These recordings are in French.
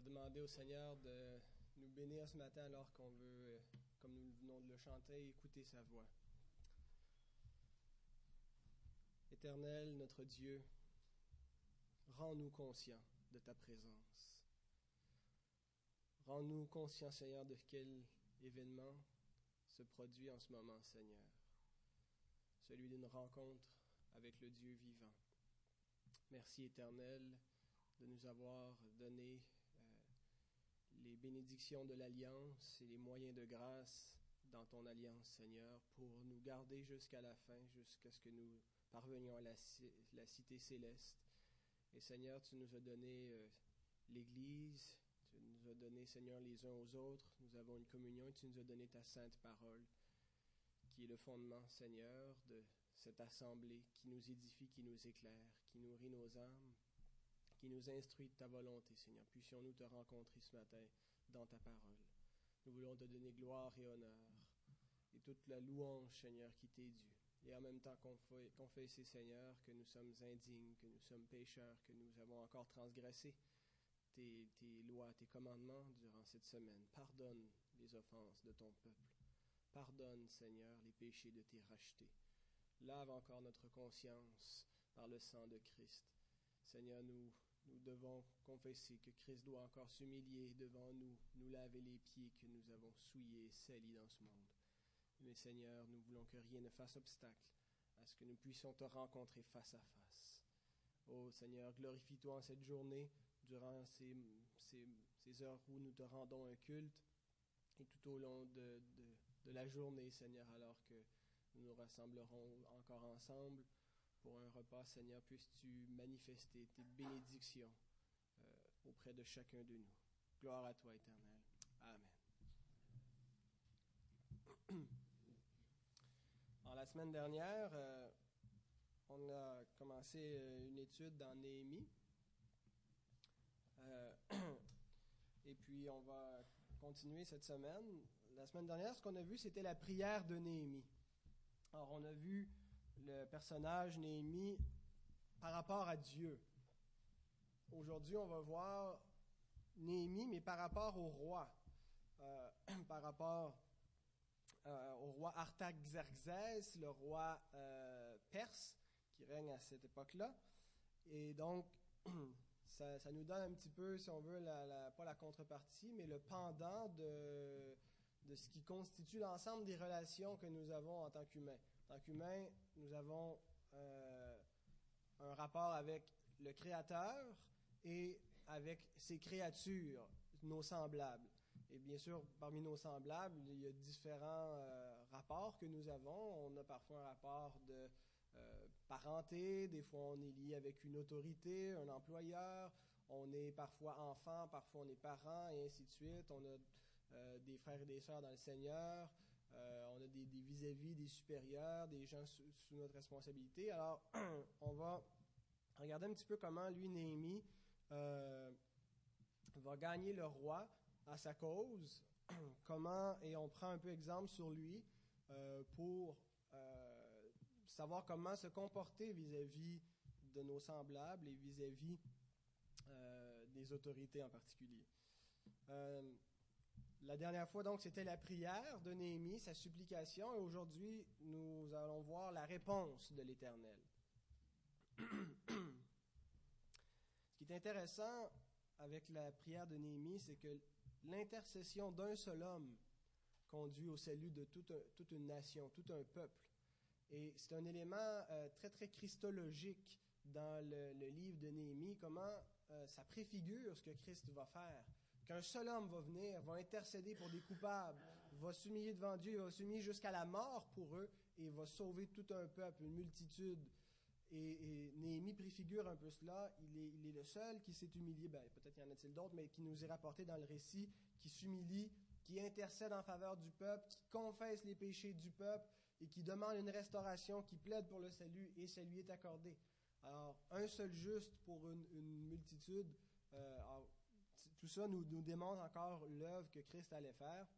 demander au Seigneur de nous bénir ce matin alors qu'on veut, comme nous venons de le chanter, écouter sa voix. Éternel, notre Dieu, rends-nous conscients de ta présence. Rends-nous conscients, Seigneur, de quel événement se produit en ce moment, Seigneur. Celui d'une rencontre avec le Dieu vivant. Merci, Éternel, de nous avoir donné les bénédictions de l'Alliance et les moyens de grâce dans ton Alliance, Seigneur, pour nous garder jusqu'à la fin, jusqu'à ce que nous parvenions à la cité céleste. Et Seigneur, tu nous as donné l'Église, tu nous as donné, Seigneur, les uns aux autres, nous avons une communion et tu nous as donné ta sainte parole, qui est le fondement, Seigneur, de cette assemblée qui nous édifie, qui nous éclaire, qui nourrit nos âmes, qui nous instruit de ta volonté, Seigneur. Puissions-nous te rencontrer ce matin dans ta parole. Nous voulons te donner gloire et honneur et toute la louange, Seigneur, qui t'est due. Et en même temps confesser, Seigneur, que nous sommes indignes, que nous sommes pécheurs, que nous avons encore transgressé tes lois, tes commandements durant cette semaine. Pardonne les offenses de ton peuple. Pardonne, Seigneur, les péchés de tes rachetés. Lave encore notre conscience par le sang de Christ. Seigneur, nous devons confesser que Christ doit encore s'humilier devant nous, nous laver les pieds que nous avons souillés et salis dans ce monde. Mais Seigneur, nous voulons que rien ne fasse obstacle à ce que nous puissions te rencontrer face à face. Ô Seigneur, glorifie-toi en cette journée, durant ces heures où nous te rendons un culte, et tout au long de la journée, Seigneur, alors que nous nous rassemblerons encore ensemble pour un repas, Seigneur, puisses-tu manifester tes bénédictions auprès de chacun de nous. Gloire à toi, Éternel. Amen. La semaine dernière, on a commencé une étude dans Néhémie. Et puis, on va continuer cette semaine. La semaine dernière, ce qu'on a vu, c'était la prière de Néhémie. Alors, on a vu le personnage Néhémie par rapport à Dieu. Aujourd'hui, on va voir Néhémie, mais par rapport au roi. Par rapport au roi Artaxerxès, le roi perse, qui règne à cette époque-là. Et donc, ça nous donne un petit peu, si on veut, pas la contrepartie, mais le pendant de ce qui constitue l'ensemble des relations que nous avons en tant qu'humains. En tant qu'humains, nous avons un rapport avec le Créateur et avec ses créatures, nos semblables. Et bien sûr, parmi nos semblables, il y a différents rapports que nous avons. On a parfois un rapport de parenté, des fois on est lié avec une autorité, un employeur, on est parfois enfant, parfois on est parent, et ainsi de suite. On a des frères et des sœurs dans le Seigneur, on a des vis-à-vis, des supérieurs, des gens sous notre responsabilité. Alors, on va regarder un petit peu comment lui, Néhémie, va gagner le roi à sa cause, comment, et on prend un peu exemple sur lui pour savoir comment se comporter vis-à-vis de nos semblables et vis-à-vis des autorités en particulier. La dernière fois, donc, c'était la prière de Néhémie, sa supplication, et aujourd'hui, nous allons voir la réponse de l'Éternel. Ce qui est intéressant avec la prière de Néhémie, c'est que l'intercession d'un seul homme conduit au salut de toute une nation, tout un peuple. Et c'est un élément très, très christologique dans le livre de Néhémie, comment ça préfigure ce que Christ va faire. Qu'un seul homme va venir, va intercéder pour des coupables, va s'humilier devant Dieu, il va s'humilier jusqu'à la mort pour eux, et va sauver tout un peuple, une multitude. Et Néhémie préfigure un peu cela. Il est le seul qui s'est humilié, peut-être y en a-t-il d'autres, mais qui nous est rapporté dans le récit, qui s'humilie, qui intercède en faveur du peuple, qui confesse les péchés du peuple et qui demande une restauration, qui plaide pour le salut, et ça lui est accordé. Alors, un seul juste pour une multitude, tout ça nous démontre encore l'œuvre que Christ allait faire.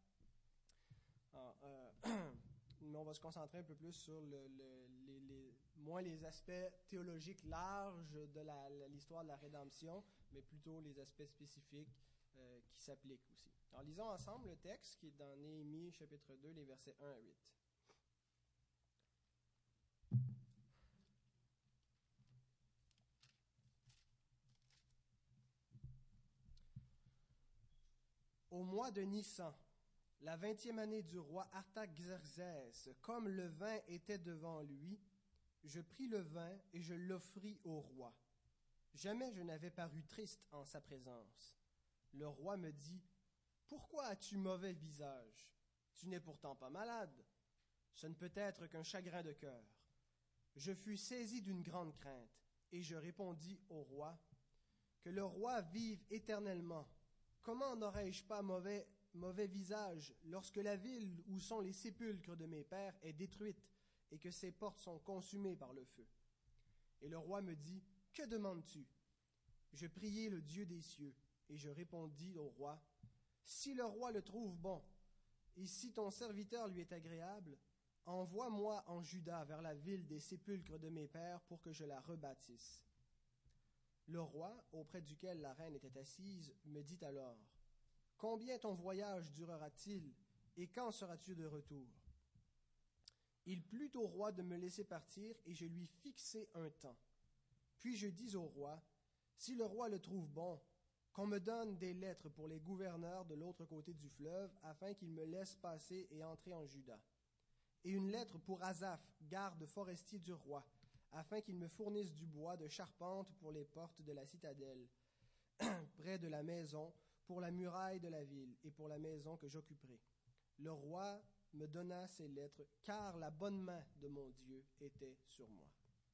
Mais on va se concentrer un peu plus sur moins les aspects théologiques larges de l'histoire de la rédemption, mais plutôt les aspects spécifiques qui s'applique aussi. Alors, lisons ensemble le texte qui est dans Néhémie, chapitre 2, les versets 1 à 8. Au mois de Nissan, la 20e année du roi Artaxerxès, comme le vin était devant lui, je pris le vin et je l'offris au roi. Jamais je n'avais paru triste en sa présence. Le roi me dit, « Pourquoi as-tu mauvais visage? Tu n'es pourtant pas malade. Ce ne peut être qu'un chagrin de cœur. » Je fus saisi d'une grande crainte, et je répondis au roi, « Que le roi vive éternellement. Comment n'aurais-je pas mauvais visage lorsque la ville où sont les sépulcres de mes pères est détruite et que ses portes sont consumées par le feu? » Et le roi me dit, « Que demandes-tu? » Je priai le Dieu des cieux, et je répondis au roi, « Si le roi le trouve bon, et si ton serviteur lui est agréable, envoie-moi en Juda vers la ville des sépulcres de mes pères pour que je la rebâtisse. » Le roi, auprès duquel la reine était assise, me dit alors, « Combien ton voyage durera-t-il, et quand seras-tu de retour? » Il plut au roi de me laisser partir, et je lui fixai un temps. Puis je dis au roi, « Si le roi le trouve bon, qu'on me donne des lettres pour les gouverneurs de l'autre côté du fleuve, afin qu'ils me laissent passer et entrer en Juda. Et une lettre pour Asaph, garde forestier du roi, afin qu'il me fournisse du bois de charpente pour les portes de la citadelle, près de la maison, pour la muraille de la ville et pour la maison que j'occuperai. » Le roi me donna ces lettres, car la bonne main de mon Dieu était sur moi.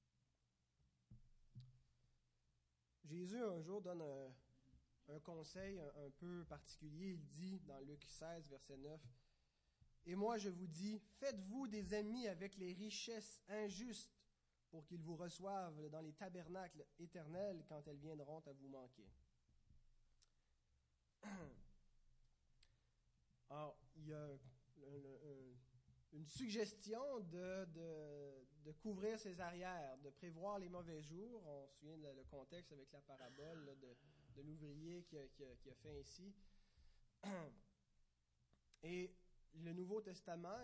Jésus, un jour, donne un conseil un peu particulier. Il dit, dans Luc 16, verset 9, « Et moi, je vous dis, faites-vous des amis avec les richesses injustes, pour qu'ils vous reçoivent dans les tabernacles éternels quand elles viendront à vous manquer. » Alors, il y a une suggestion de couvrir ses arrières, de prévoir les mauvais jours. On se souvient le contexte avec la parabole là, de l'ouvrier qui a fait ainsi. Et le Nouveau Testament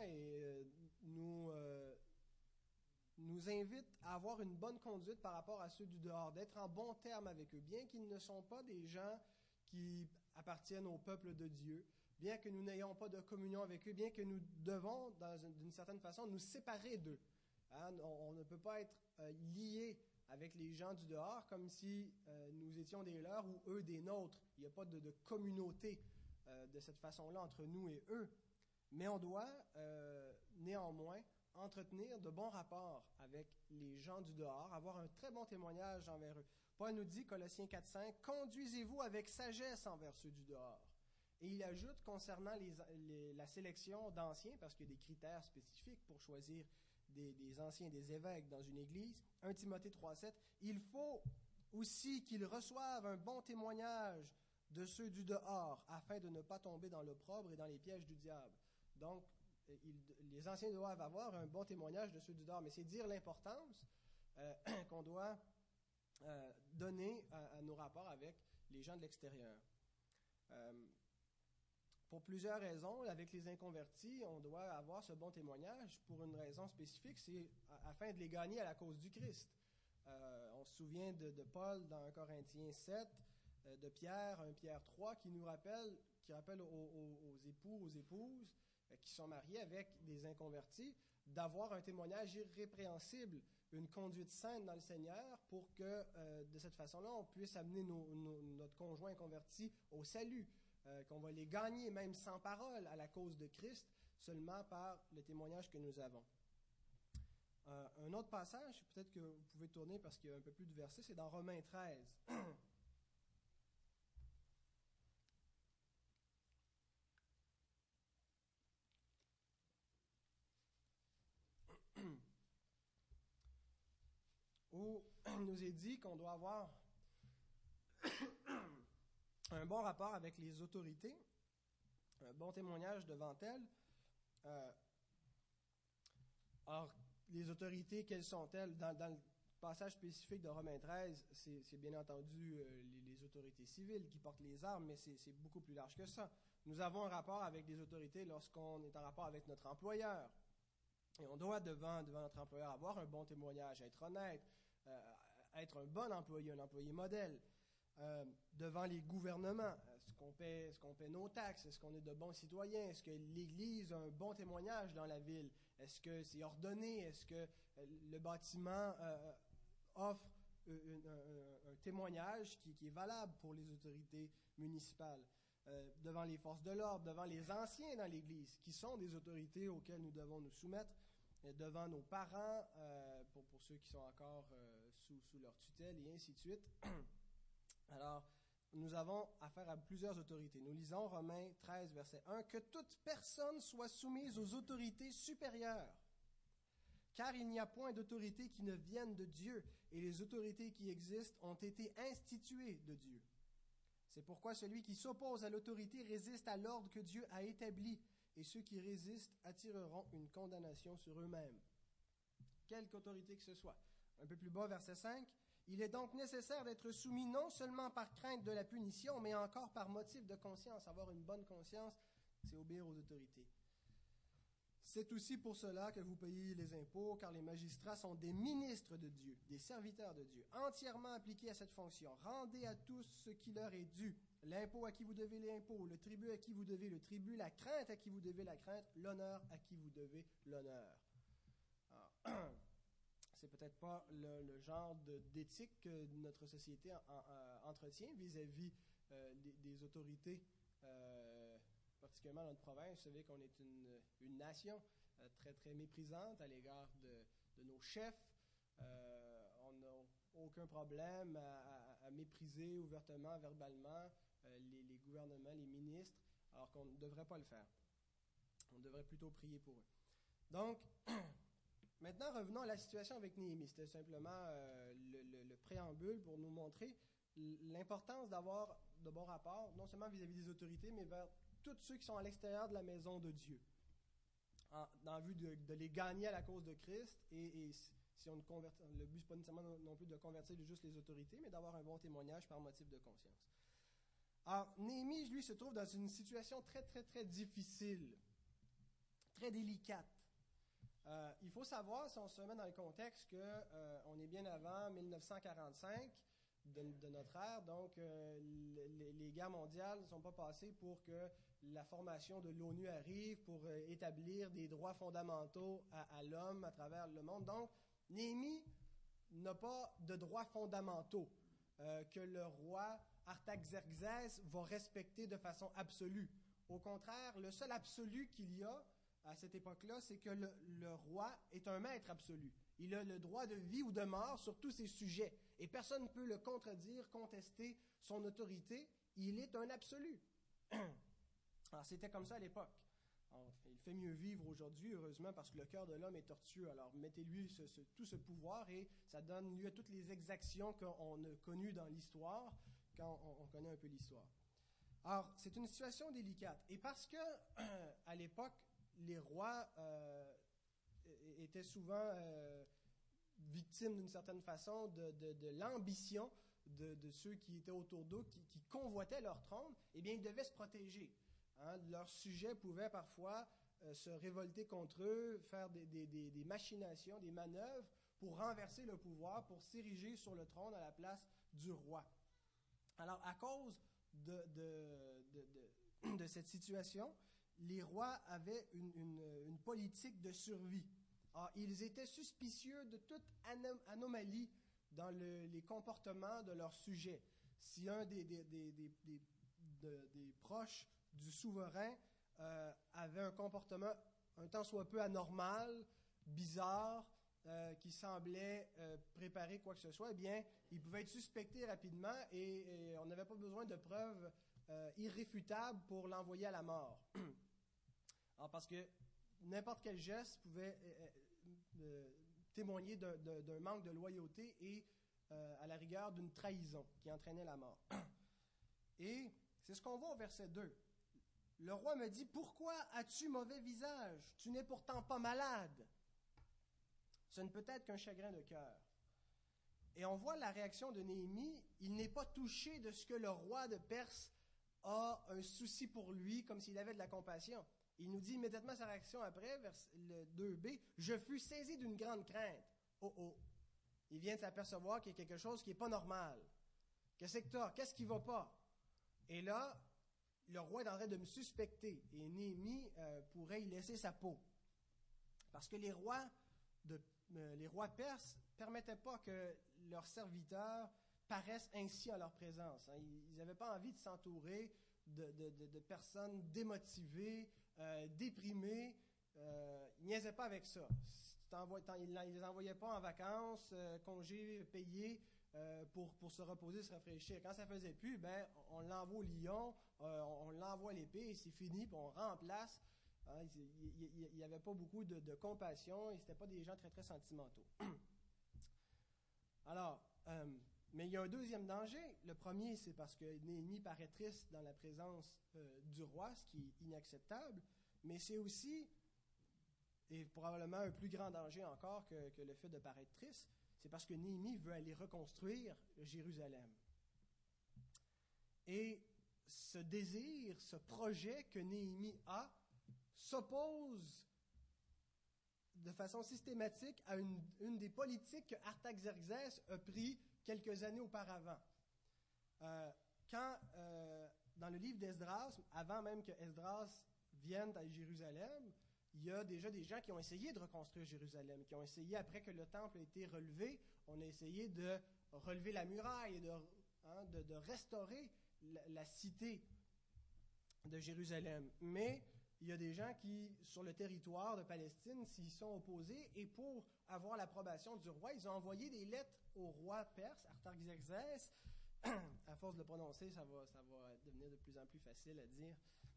nous invite à avoir une bonne conduite par rapport à ceux du dehors, d'être en bon terme avec eux, bien qu'ils ne sont pas des gens qui appartiennent au peuple de Dieu, bien que nous n'ayons pas de communion avec eux, bien que nous devons, d'une certaine façon, nous séparer d'eux. Hein? On ne peut pas être liés avec les gens du dehors comme si nous étions des leurs ou eux des nôtres. Il n'y a pas de communauté de cette façon-là entre nous et eux. Mais on doit néanmoins entretenir de bons rapports avec les gens du dehors, avoir un très bon témoignage envers eux. Paul nous dit, Colossiens 4,5, « Conduisez-vous avec sagesse envers ceux du dehors. » Et il ajoute, concernant la sélection d'anciens, parce qu'il y a des critères spécifiques pour choisir des anciens, des évêques dans une église, 1 Timothée 3,7, « Il faut aussi qu'ils reçoivent un bon témoignage de ceux du dehors, afin de ne pas tomber dans l'opprobre et dans les pièges du diable. » Donc, les anciens doivent avoir un bon témoignage de ceux du dehors, mais c'est dire l'importance qu'on doit donner à nos rapports avec les gens de l'extérieur. Pour plusieurs raisons, avec les inconvertis, on doit avoir ce bon témoignage pour une raison spécifique, c'est afin de les gagner à la cause du Christ. On se souvient de Paul dans 1 Corinthiens 7, de Pierre, 1 Pierre 3, qui rappelle aux époux, aux épouses qui sont mariés avec des inconvertis, d'avoir un témoignage irrépréhensible, une conduite sainte dans le Seigneur pour que, de cette façon-là, on puisse amener notre conjoint converti au salut, qu'on va les gagner même sans parole à la cause de Christ, seulement par le témoignage que nous avons. Un autre passage, peut-être que vous pouvez tourner parce qu'il y a un peu plus de versets, c'est dans Romains 13. Où il nous est dit qu'on doit avoir un bon rapport avec les autorités, un bon témoignage devant elles. Alors, les autorités, quelles sont-elles? Dans le passage spécifique de Romains 13, c'est bien entendu les les autorités civiles qui portent les armes, mais c'est beaucoup plus large que ça. Nous avons un rapport avec les autorités lorsqu'on est en rapport avec notre employeur. Et on doit, devant notre employeur, avoir un bon témoignage, être honnête, être un bon employé, un employé modèle. Devant les gouvernements, est-ce qu'on paie nos taxes? Est-ce qu'on est de bons citoyens? Est-ce que l'Église a un bon témoignage dans la ville? Est-ce que c'est ordonné? Est-ce que le bâtiment offre un témoignage qui est valable pour les autorités municipales? Devant les forces de l'ordre, devant les anciens dans l'Église, qui sont des autorités auxquelles nous devons nous soumettre, devant nos parents, pour ceux qui sont encore sous leur tutelle, et ainsi de suite. Alors, nous avons affaire à plusieurs autorités. Nous lisons Romains 13, verset 1, « Que toute personne soit soumise aux autorités supérieures, car il n'y a point d'autorité qui ne vienne de Dieu, et les autorités qui existent ont été instituées de Dieu. C'est pourquoi celui qui s'oppose à l'autorité résiste à l'ordre que Dieu a établi, et ceux qui résistent attireront une condamnation sur eux-mêmes. » Quelque autorité que ce soit. Un peu plus bas, verset 5, « Il est donc nécessaire d'être soumis non seulement par crainte de la punition, mais encore par motif de conscience. » Avoir une bonne conscience, c'est obéir aux autorités. « C'est aussi pour cela que vous payez les impôts, car les magistrats sont des ministres de Dieu, des serviteurs de Dieu, entièrement appliqués à cette fonction. Rendez à tous ce qui leur est dû. L'impôt à qui vous devez l'impôt, le tribut à qui vous devez le tribut, la crainte à qui vous devez la crainte, l'honneur à qui vous devez l'honneur. » C'est peut-être pas le genre d'éthique que notre société entretient vis-à-vis des autorités, particulièrement dans notre province. Vous savez qu'on est une nation très, très méprisante à l'égard de nos chefs. On n'a aucun problème à mépriser ouvertement, verbalement, les gouvernements, les ministres, alors qu'on ne devrait pas le faire. On devrait plutôt prier pour eux. Donc, maintenant, revenons à la situation avec Néhémie. C'était simplement le préambule pour nous montrer l'importance d'avoir de bons rapports, non seulement vis-à-vis des autorités, mais vers tous ceux qui sont à l'extérieur de la maison de Dieu, dans le but de les gagner à la cause de Christ. Et si on le but, ce n'est pas nécessairement non plus de convertir juste les autorités, mais d'avoir un bon témoignage par motif de conscience. Alors, Néhémie, lui, se trouve dans une situation très, très, très difficile, très délicate. Il faut savoir, si on se met dans le contexte, qu'on est bien avant 1945 de notre ère, donc les guerres mondiales ne sont pas passées pour que la formation de l'ONU arrive pour établir des droits fondamentaux à l'homme à travers le monde. Donc, Néhémie n'a pas de droits fondamentaux que le roi Artaxerxès va respecter de façon absolue. Au contraire, le seul absolu qu'il y a à cette époque-là, c'est que le roi est un maître absolu. Il a le droit de vie ou de mort sur tous ses sujets. Et personne ne peut le contredire, contester son autorité. Il est un absolu. Alors, c'était comme ça à l'époque. Il fait mieux vivre aujourd'hui, heureusement, parce que le cœur de l'homme est tortueux. Alors, mettez-lui tout ce pouvoir et ça donne lieu à toutes les exactions qu'on a connues dans l'histoire, quand on connaît un peu l'histoire. Alors, c'est une situation délicate. Et parce que, à l'époque, les rois étaient souvent victimes d'une certaine façon de l'ambition de ceux qui étaient autour d'eux, qui convoitaient leur trône, eh bien, ils devaient se protéger. Leurs sujets pouvaient parfois se révolter contre eux, faire des machinations, des manœuvres pour renverser le pouvoir, pour s'ériger sur le trône à la place du roi. Alors, à cause de cette situation, les rois avaient une politique de survie. Alors, ils étaient suspicieux de toute anomalie dans les comportements de leurs sujets. Si un des proches du souverain avait un comportement un tant soit peu anormal, bizarre, qui semblait préparer quoi que ce soit, eh bien, il pouvait être suspecté rapidement et on n'avait pas besoin de preuves irréfutables pour l'envoyer à la mort. Alors, parce que n'importe quel geste pouvait témoigner d'un manque de loyauté et, à la rigueur, d'une trahison qui entraînait la mort. Et c'est ce qu'on voit au verset 2. Le roi me dit, « Pourquoi as-tu mauvais visage? Tu n'es pourtant pas malade. » Ce ne peut être qu'un chagrin de cœur. Et on voit la réaction de Néhémie. Il n'est pas touché de ce que le roi de Perse a un souci pour lui, comme s'il avait de la compassion. Il nous dit immédiatement sa réaction après, vers le 2b, « Je fus saisi d'une grande crainte. » Oh oh! Il vient de s'apercevoir qu'il y a quelque chose qui n'est pas normal. Qu'est-ce que tu as? Qu'est-ce qui ne va pas? Et là, le roi est en train de me suspecter. Et Néhémie pourrait y laisser sa peau. Parce que les rois perses ne permettaient pas que leurs serviteurs paraissent ainsi en leur présence. Ils n'avaient pas envie de s'entourer de personnes démotivées, déprimées. Ils niaisaient pas avec ça. Ils ne les envoyaient pas en vacances, congés payés pour se reposer, se rafraîchir. Quand ça faisait plus, ben on l'envoie au lion, on l'envoie à l'épée et c'est fini, puis on remplace. Il n'y avait pas beaucoup de compassion et ce n'étaient pas des gens très, très sentimentaux. Alors, mais il y a un deuxième danger. Le premier, c'est parce que Néhémie paraît triste dans la présence du roi, ce qui est inacceptable. Mais c'est aussi, et probablement un plus grand danger encore que le fait de paraître triste, c'est parce que Néhémie veut aller reconstruire Jérusalem. Et ce désir, ce projet que Néhémie a, s'oppose de façon systématique à une des politiques que Artaxerxès a pris quelques années auparavant. Dans le livre d'Esdras, avant même que Esdras vienne à Jérusalem, il y a déjà des gens qui ont essayé de reconstruire Jérusalem, qui ont essayé, après que le temple a été relevé, on a essayé de relever la muraille et de restaurer la cité de Jérusalem. Mais il y a des gens qui, sur le territoire de Palestine, s'y sont opposés et pour avoir l'approbation du roi, ils ont envoyé des lettres au roi perse, Artaxerxès. À force de le prononcer, ça va devenir de plus en plus facile à dire.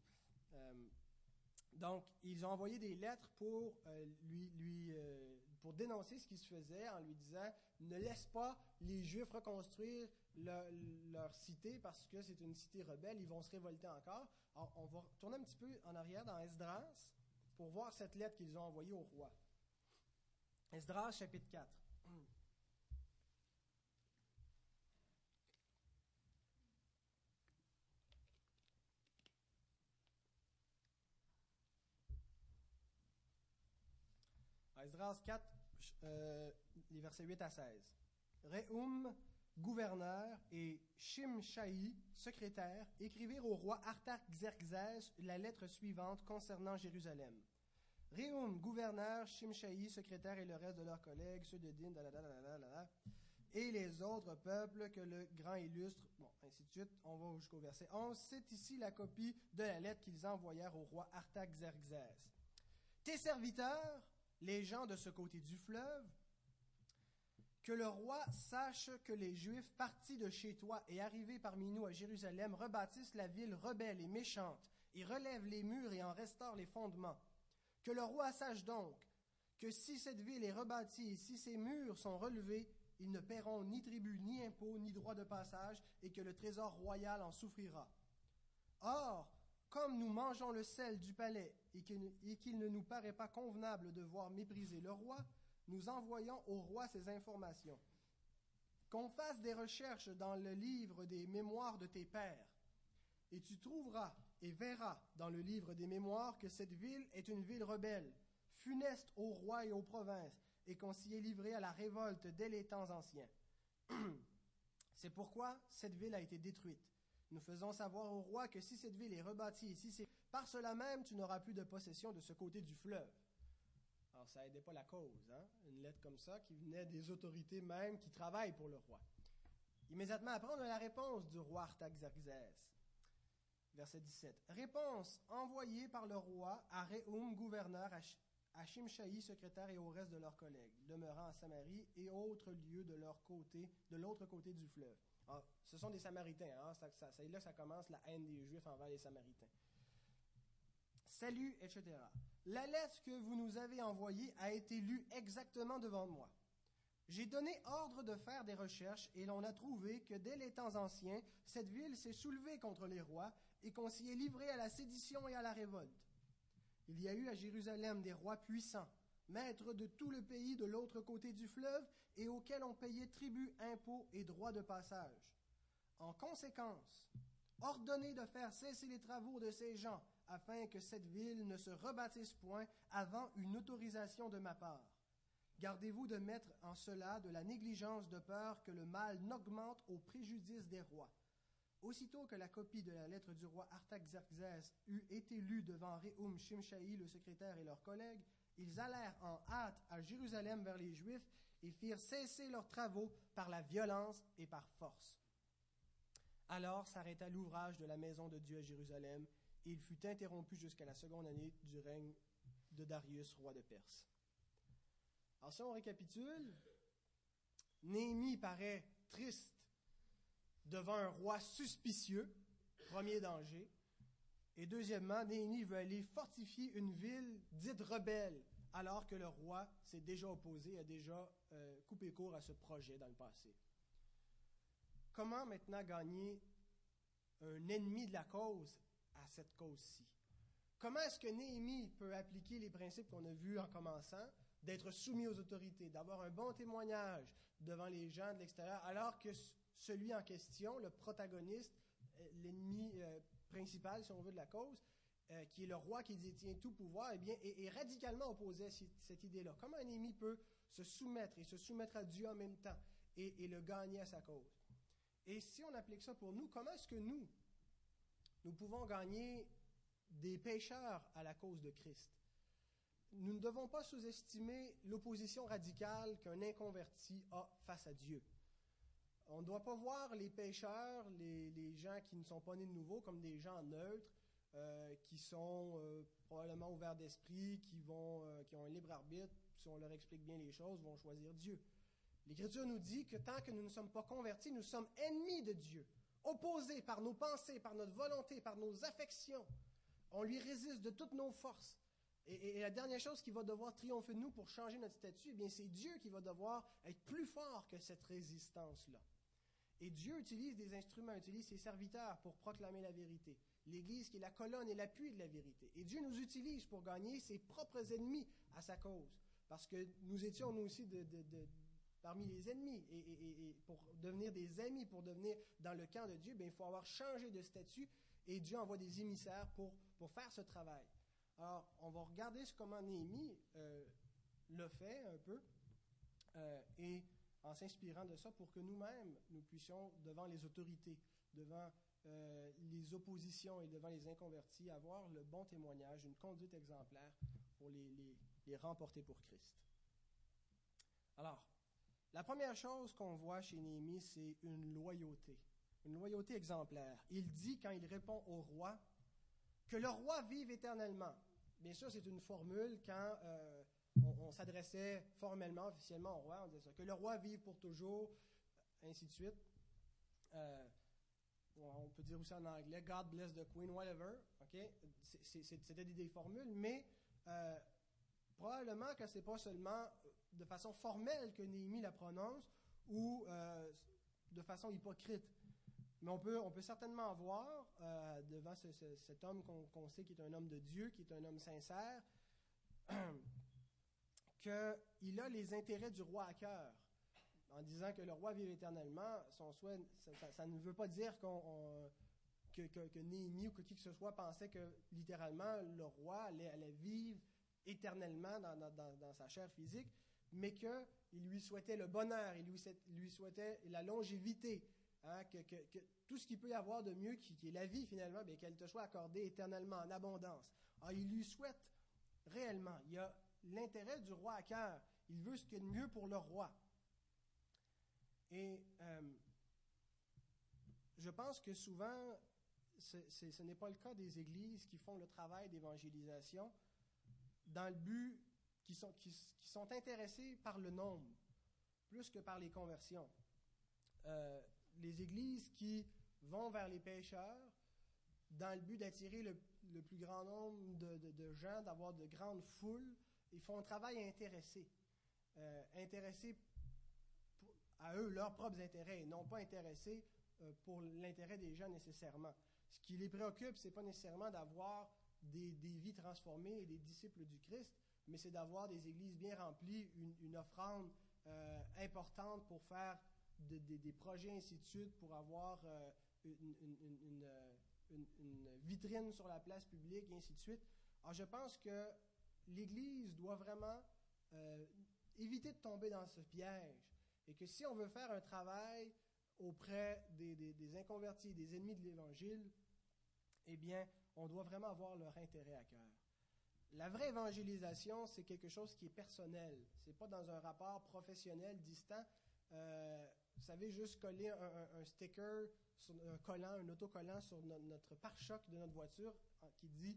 Donc, ils ont envoyé des lettres pour dénoncer ce qui se faisait en lui disant « Ne laisse pas les Juifs reconstruire leur cité parce que c'est une cité rebelle, ils vont se révolter encore. » Alors, on va retourner un petit peu en arrière dans Esdras pour voir cette lettre qu'ils ont envoyée au roi. Esdras, chapitre 4. Esdras 4, les versets 8 à 16. Réhoum, gouverneur, et Shimshaï, secrétaire, écrivirent au roi Artaxerxès la lettre suivante concernant Jérusalem. Réhoum, gouverneur, Shimshaï, secrétaire, et le reste de leurs collègues, ceux de Din, et les autres peuples que le grand illustre, bon, ainsi de suite, on va jusqu'au verset 11. C'est ici la copie de la lettre qu'ils envoyèrent au roi Artaxerxès. Tes serviteurs, les gens de ce côté du fleuve, que le roi sache que les Juifs partis de chez toi et arrivés parmi nous à Jérusalem rebâtissent la ville rebelle et méchante et relèvent les murs et en restaurent les fondements. Que le roi sache donc que si cette ville est rebâtie et si ses murs sont relevés, ils ne paieront ni tribut, ni impôt, ni droit de passage et que le trésor royal en souffrira. Or, comme nous mangeons le sel du palais et qu'il ne nous paraît pas convenable de voir mépriser le roi, nous envoyons au roi ces informations. Qu'on fasse des recherches dans le livre des mémoires de tes pères, et tu trouveras et verras dans le livre des mémoires que cette ville est une ville rebelle, funeste au roi et aux provinces, et qu'on s'y est livré à la révolte dès les temps anciens. C'est pourquoi cette ville a été détruite. Nous faisons savoir au roi que si cette ville est rebâtie, et si c'est par cela même, tu n'auras plus de possession de ce côté du fleuve. Alors, ça n'aidait pas la cause, hein? Une lettre comme ça qui venait des autorités même qui travaillent pour le roi. Immédiatement après, on a la réponse du roi Artaxerxès. Verset 17. Réponse envoyée par le roi à Réhoum, gouverneur, à Shimshaï, secrétaire, et au reste de leurs collègues, demeurant à Samarie et autres lieux de l'autre côté du fleuve. Alors, ce sont des Samaritains, hein? C'est là que ça commence la haine des Juifs envers les Samaritains. Salut, etc. La lettre que vous nous avez envoyée a été lue exactement devant moi. J'ai donné ordre de faire des recherches et l'on a trouvé que dès les temps anciens, cette ville s'est soulevée contre les rois et qu'on s'y est livré à la sédition et à la révolte. Il y a eu à Jérusalem des rois puissants, maître de tout le pays de l'autre côté du fleuve et auquel on payait tribut, impôts et droits de passage. En conséquence, ordonnez de faire cesser les travaux de ces gens afin que cette ville ne se rebâtisse point avant une autorisation de ma part. Gardez-vous de mettre en cela de la négligence de peur que le mal n'augmente au préjudice des rois. Aussitôt que la copie de la lettre du roi Artaxerxès eut été lue devant Réhoum, Shimshai, le secrétaire et leurs collègues, ils allèrent en hâte à Jérusalem vers les Juifs et firent cesser leurs travaux par la violence et par force. Alors s'arrêta l'ouvrage de la maison de Dieu à Jérusalem, et il fut interrompu jusqu'à la seconde année du règne de Darius, roi de Perse. Alors si on récapitule, Néhémie paraît triste devant un roi suspicieux, premier danger, et deuxièmement, Néhémie veut aller fortifier une ville dite rebelle, alors que le roi s'est déjà opposé, a déjà coupé court à ce projet dans le passé. Comment maintenant gagner un ennemi de la cause à cette cause-ci? Comment est-ce que Néhémie peut appliquer les principes qu'on a vus en commençant, d'être soumis aux autorités, d'avoir un bon témoignage devant les gens de l'extérieur, alors que celui en question, le protagoniste, l'ennemi principal, si on veut, de la cause, qui est le roi qui détient tout pouvoir, eh bien, est radicalement opposé à cette idée-là. Comment Néhémie peut se soumettre et se soumettre à Dieu en même temps et le gagner à sa cause? Et si on applique ça pour nous, comment est-ce que nous pouvons gagner des pécheurs à la cause de Christ? Nous ne devons pas sous-estimer l'opposition radicale qu'un inconverti a face à Dieu. On ne doit pas voir les pécheurs, les gens qui ne sont pas nés de nouveau, comme des gens neutres, qui sont probablement ouverts d'esprit, qui ont un libre arbitre, si on leur explique bien les choses, vont choisir Dieu. L'Écriture nous dit que tant que nous ne sommes pas convertis, nous sommes ennemis de Dieu, opposés par nos pensées, par notre volonté, par nos affections. On lui résiste de toutes nos forces. Et la dernière chose qui va devoir triompher de nous pour changer notre statut, eh bien, c'est Dieu qui va devoir être plus fort que cette résistance-là. Et Dieu utilise des instruments, utilise ses serviteurs pour proclamer la vérité. L'Église qui est la colonne et l'appui de la vérité. Et Dieu nous utilise pour gagner ses propres ennemis à sa cause. Parce que nous étions, nous aussi, parmi les ennemis. Et pour devenir des amis, pour devenir dans le camp de Dieu, bien, il faut avoir changé de statut. Et Dieu envoie des émissaires pour faire ce travail. Alors, on va regarder comment Néhémie le fait un peu. Et en s'inspirant de ça pour que nous-mêmes, nous puissions, devant les autorités, devant les oppositions et devant les inconvertis, avoir le bon témoignage, une conduite exemplaire pour les remporter pour Christ. Alors, la première chose qu'on voit chez Néhémie, c'est une loyauté exemplaire. Il dit, quand il répond au roi, que le roi vive éternellement. Bien sûr, c'est une formule quand on s'adressait formellement, officiellement au roi, on disait ça. Que le roi vive pour toujours, ainsi de suite. On peut dire aussi en anglais, God bless the Queen, whatever. Okay? C'était des formules, mais probablement que ce n'est pas seulement de façon formelle que Néhémie la prononce ou de façon hypocrite. Mais on peut certainement voir devant cet homme qu'on sait qui est un homme de Dieu, qui est un homme sincère, qu'il a les intérêts du roi à cœur. En disant que le roi vive éternellement, son souhait, ça ne veut pas dire que Néhémie ou que qui que ce soit pensait que littéralement le roi allait vivre éternellement dans sa chair physique, mais qu'il lui souhaitait le bonheur, il lui souhaitait la longévité. Hein, que tout ce qu'il peut y avoir de mieux, qui est la vie finalement, bien, qu'elle te soit accordée éternellement, en abondance. Alors, il lui souhaite réellement. Il a l'intérêt du roi à cœur. Il veut ce qu'il y a de mieux pour le roi. Et je pense que souvent, ce n'est pas le cas des églises qui font le travail d'évangélisation dans le but, qui sont intéressés par le nombre, plus que par les conversions. Les églises qui vont vers les pécheurs dans le but d'attirer le plus grand nombre de gens, d'avoir de grandes foules, ils font un travail intéressé. Intéressé à eux, leurs propres intérêts, et non pas intéressé pour l'intérêt des gens nécessairement. Ce qui les préoccupe, ce n'est pas nécessairement d'avoir des vies transformées et des disciples du Christ, mais c'est d'avoir des églises bien remplies, une offrande importante pour faire des projets, ainsi de suite, pour avoir une vitrine sur la place publique, et ainsi de suite. Alors, je pense que l'Église doit vraiment éviter de tomber dans ce piège, et que si on veut faire un travail auprès des inconvertis, des ennemis de l'Évangile, eh bien, on doit vraiment avoir leur intérêt à cœur. La vraie évangélisation, c'est quelque chose qui est personnel. Ce n'est pas dans un rapport professionnel distant. Vous savez, juste coller un sticker, un collant, un autocollant sur notre pare-choc de notre voiture qui dit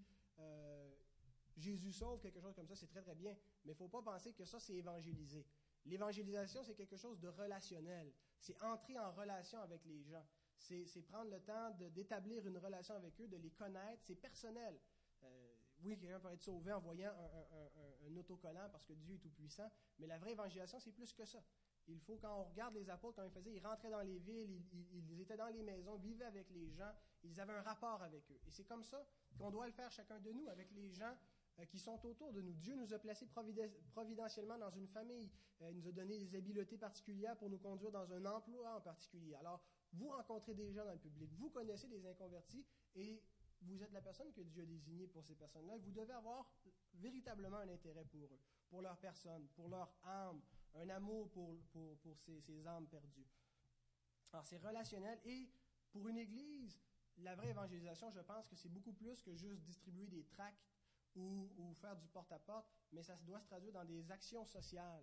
Jésus sauve, quelque chose comme ça, c'est très très bien. Mais il ne faut pas penser que ça, c'est évangéliser. L'évangélisation, c'est quelque chose de relationnel. C'est entrer en relation avec les gens. C'est prendre le temps d'établir une relation avec eux, de les connaître. C'est personnel. Oui, quelqu'un peut être sauvé en voyant un autocollant parce que Dieu est tout-puissant, mais la vraie évangélisation, c'est plus que ça. Il faut, quand on regarde les apôtres, comme ils faisaient, ils rentraient dans les villes, ils étaient dans les maisons, vivaient avec les gens, ils avaient un rapport avec eux. Et c'est comme ça qu'on doit le faire chacun de nous, avec les gens qui sont autour de nous. Dieu nous a placés providentiellement dans une famille. Il nous a donné des habiletés particulières pour nous conduire dans un emploi en particulier. Alors, vous rencontrez des gens dans le public, vous connaissez des inconvertis et vous êtes la personne que Dieu a désignée pour ces personnes-là. Vous devez avoir véritablement un intérêt pour eux, pour leur personne, pour leur âme, un amour pour ces âmes perdues. Alors, c'est relationnel. Et pour une Église, la vraie évangélisation, je pense que c'est beaucoup plus que juste distribuer des tracts ou faire du porte-à-porte, mais ça doit se traduire dans des actions sociales.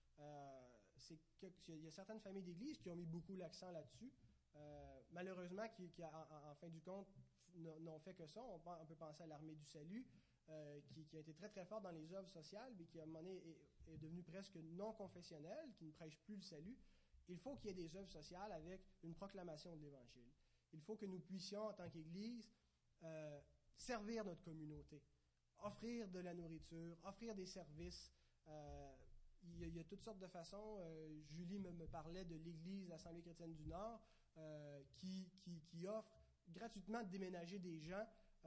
Il y a certaines familles d'Église qui ont mis beaucoup l'accent là-dessus. Malheureusement, qui en fin du compte, n'ont fait que ça. On peut penser à l'Armée du Salut, qui a été très, très forte dans les œuvres sociales, mais qui, à un moment donné, est devenue presque non confessionnelle, qui ne prêche plus le salut. Il faut qu'il y ait des œuvres sociales avec une proclamation de l'Évangile. Il faut que nous puissions, en tant qu'Église, servir notre communauté, offrir de la nourriture, offrir des services. Il y a toutes sortes de façons. Julie me parlait de l'Église, l'Assemblée chrétienne du Nord, qui offre gratuitement de déménager des gens